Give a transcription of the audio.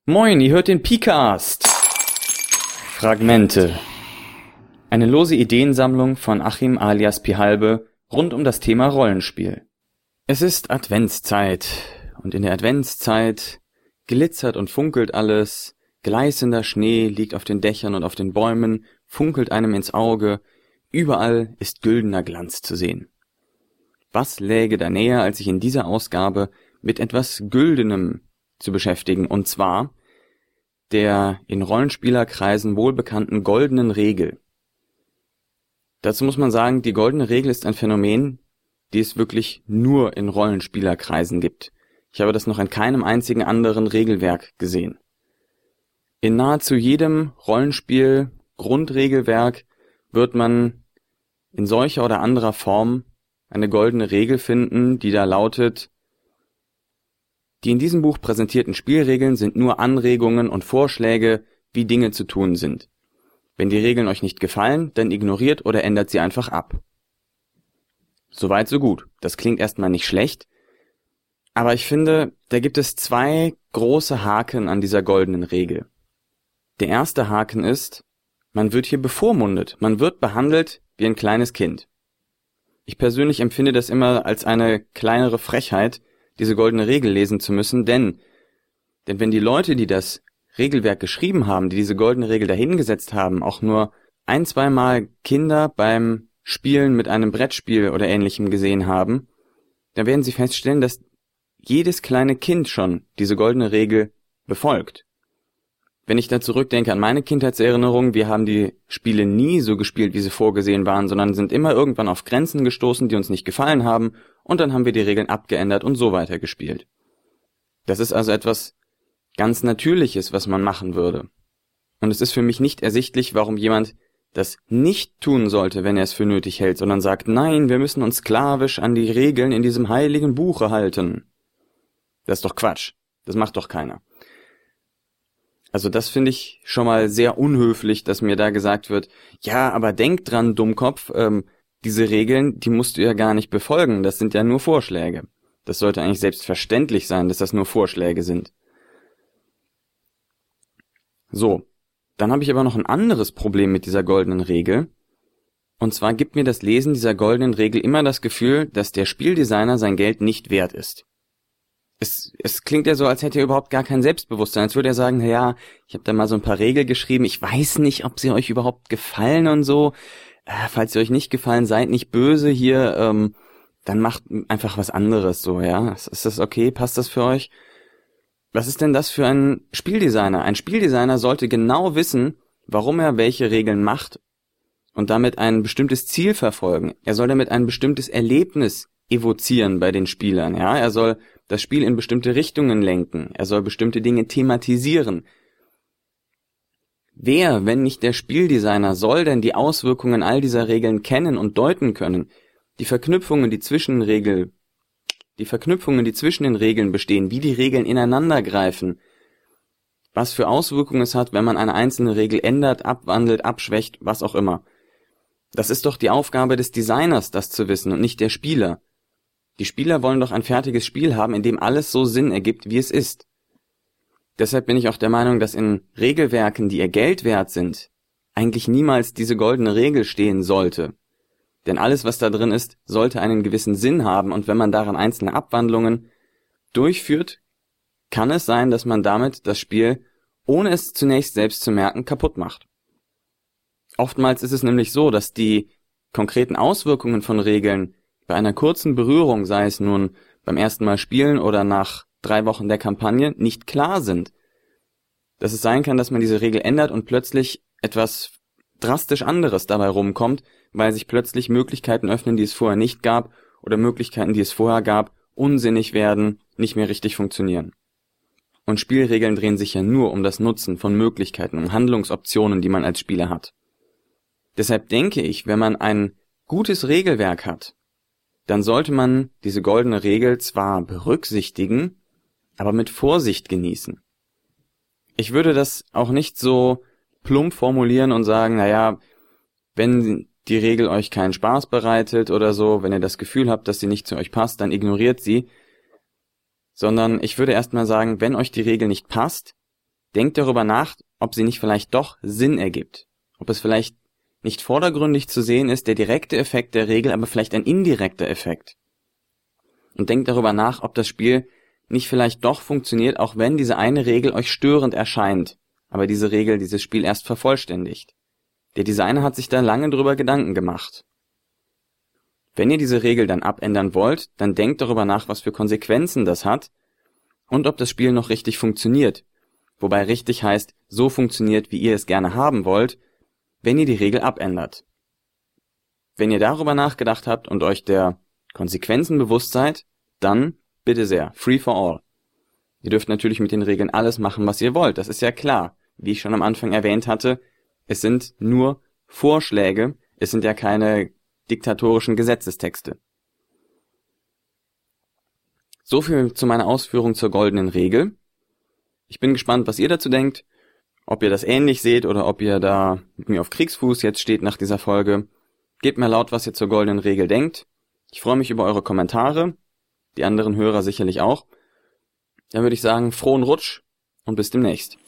Moin, ihr hört den Pikast. Fragmente. Eine lose Ideensammlung von Achim alias Pihalbe rund um das Thema Rollenspiel. Es ist Adventszeit und in der Adventszeit glitzert und funkelt alles, gleißender Schnee liegt auf den Dächern und auf den Bäumen, funkelt einem ins Auge, überall ist güldener Glanz zu sehen. Was läge da näher, als sich in dieser Ausgabe mit etwas Güldenem zu beschäftigen, und zwar der in Rollenspielerkreisen wohlbekannten goldenen Regel. Dazu muss man sagen, die goldene Regel ist ein Phänomen, die es wirklich nur in Rollenspielerkreisen gibt. Ich habe das noch in keinem einzigen anderen Regelwerk gesehen. In nahezu jedem Rollenspiel-Grundregelwerk wird man in solcher oder anderer Form eine goldene Regel finden, die da lautet: Die in diesem Buch präsentierten Spielregeln sind nur Anregungen und Vorschläge, wie Dinge zu tun sind. Wenn die Regeln euch nicht gefallen, dann ignoriert oder ändert sie einfach ab. Soweit so gut. Das klingt erstmal nicht schlecht, aber ich finde, da gibt es zwei große Haken an dieser goldenen Regel. Der erste Haken ist, man wird hier bevormundet, man wird behandelt wie ein kleines Kind. Ich persönlich empfinde das immer als eine kleinere Frechheit, diese goldene Regel lesen zu müssen, denn wenn die Leute, die das Regelwerk geschrieben haben, die diese goldene Regel dahingesetzt haben, auch nur ein-, zweimal Kinder beim Spielen mit einem Brettspiel oder Ähnlichem gesehen haben, dann werden sie feststellen, dass jedes kleine Kind schon diese goldene Regel befolgt. Wenn ich da zurückdenke an meine Kindheitserinnerungen, wir haben die Spiele nie so gespielt, wie sie vorgesehen waren, sondern sind immer irgendwann auf Grenzen gestoßen, die uns nicht gefallen haben, und dann haben wir die Regeln abgeändert und so weiter gespielt. Das ist also etwas ganz Natürliches, was man machen würde. Und es ist für mich nicht ersichtlich, warum jemand das nicht tun sollte, wenn er es für nötig hält, sondern sagt, nein, wir müssen uns sklavisch an die Regeln in diesem heiligen Buche halten. Das ist doch Quatsch. Das macht doch keiner. Also das finde ich schon mal sehr unhöflich, dass mir da gesagt wird, ja, aber denk dran, Dummkopf, diese Regeln, die musst du ja gar nicht befolgen, das sind ja nur Vorschläge. Das sollte eigentlich selbstverständlich sein, dass das nur Vorschläge sind. So, dann habe ich aber noch ein anderes Problem mit dieser goldenen Regel. Und zwar gibt mir das Lesen dieser goldenen Regel immer das Gefühl, dass der Spieldesigner sein Geld nicht wert ist. Es klingt ja so, als hätte er überhaupt gar kein Selbstbewusstsein. Als würde er sagen, ja, ich habe da mal so ein paar Regeln geschrieben, ich weiß nicht, ob sie euch überhaupt gefallen und so. Falls sie euch nicht gefallen, seid nicht böse hier, dann macht einfach was anderes so, ja. Ist das okay? Passt das für euch? Was ist denn das für ein Spieldesigner? Ein Spieldesigner sollte genau wissen, warum er welche Regeln macht und damit ein bestimmtes Ziel verfolgen. Er soll damit ein bestimmtes Erlebnis evozieren bei den Spielern, ja. Er soll das Spiel in bestimmte Richtungen lenken. Er soll bestimmte Dinge thematisieren. Wer, wenn nicht der Spieldesigner, soll denn die Auswirkungen all dieser Regeln kennen und deuten können? Die Verknüpfungen, die zwischen den Regeln bestehen, wie die Regeln ineinander greifen, was für Auswirkungen es hat, wenn man eine einzelne Regel ändert, abwandelt, abschwächt, was auch immer. Das ist doch die Aufgabe des Designers, das zu wissen, und nicht der Spieler. Die Spieler wollen doch ein fertiges Spiel haben, in dem alles so Sinn ergibt, wie es ist. Deshalb bin ich auch der Meinung, dass in Regelwerken, die ihr Geld wert sind, eigentlich niemals diese goldene Regel stehen sollte. Denn alles, was da drin ist, sollte einen gewissen Sinn haben, und wenn man daran einzelne Abwandlungen durchführt, kann es sein, dass man damit das Spiel, ohne es zunächst selbst zu merken, kaputt macht. Oftmals ist es nämlich so, dass die konkreten Auswirkungen von Regeln bei einer kurzen Berührung, sei es nun beim ersten Mal spielen oder nach 3 Wochen der Kampagne, nicht klar sind. Dass es sein kann, dass man diese Regel ändert und plötzlich etwas drastisch anderes dabei rumkommt, weil sich plötzlich Möglichkeiten öffnen, die es vorher nicht gab, oder Möglichkeiten, die es vorher gab, unsinnig werden, nicht mehr richtig funktionieren. Und Spielregeln drehen sich ja nur um das Nutzen von Möglichkeiten, um Handlungsoptionen, die man als Spieler hat. Deshalb denke ich, wenn man ein gutes Regelwerk hat, dann sollte man diese goldene Regel zwar berücksichtigen, aber mit Vorsicht genießen. Ich würde das auch nicht so plump formulieren und sagen, naja, wenn die Regel euch keinen Spaß bereitet oder so, wenn ihr das Gefühl habt, dass sie nicht zu euch passt, dann ignoriert sie. Sondern ich würde erstmal sagen, wenn euch die Regel nicht passt, Denkt darüber nach, ob sie nicht vielleicht doch Sinn ergibt. Ob es vielleicht nicht vordergründig zu sehen ist, der direkte Effekt der Regel, aber vielleicht ein indirekter Effekt. Und denkt darüber nach, ob das Spiel nicht vielleicht doch funktioniert, auch wenn diese eine Regel euch störend erscheint, aber diese Regel dieses Spiel erst vervollständigt. Der Designer hat sich da lange drüber Gedanken gemacht. Wenn ihr diese Regel dann abändern wollt, dann denkt darüber nach, was für Konsequenzen das hat und ob das Spiel noch richtig funktioniert. Wobei richtig heißt, so funktioniert, wie ihr es gerne haben wollt, wenn ihr die Regel abändert. Wenn ihr darüber nachgedacht habt und euch der Konsequenzen bewusst seid, dann, bitte sehr, free for all. Ihr dürft natürlich mit den Regeln alles machen, was ihr wollt, das ist ja klar. Wie ich schon am Anfang erwähnt hatte, es sind nur Vorschläge, es sind ja keine diktatorischen Gesetzestexte. So viel zu meiner Ausführung zur goldenen Regel. Ich bin gespannt, was ihr dazu denkt, ob ihr das ähnlich seht oder ob ihr da mit mir auf Kriegsfuß jetzt steht nach dieser Folge. Gebt mir laut, was ihr zur goldenen Regel denkt. Ich freue mich über eure Kommentare, die anderen Hörer sicherlich auch. Dann würde ich sagen, frohen Rutsch und bis demnächst.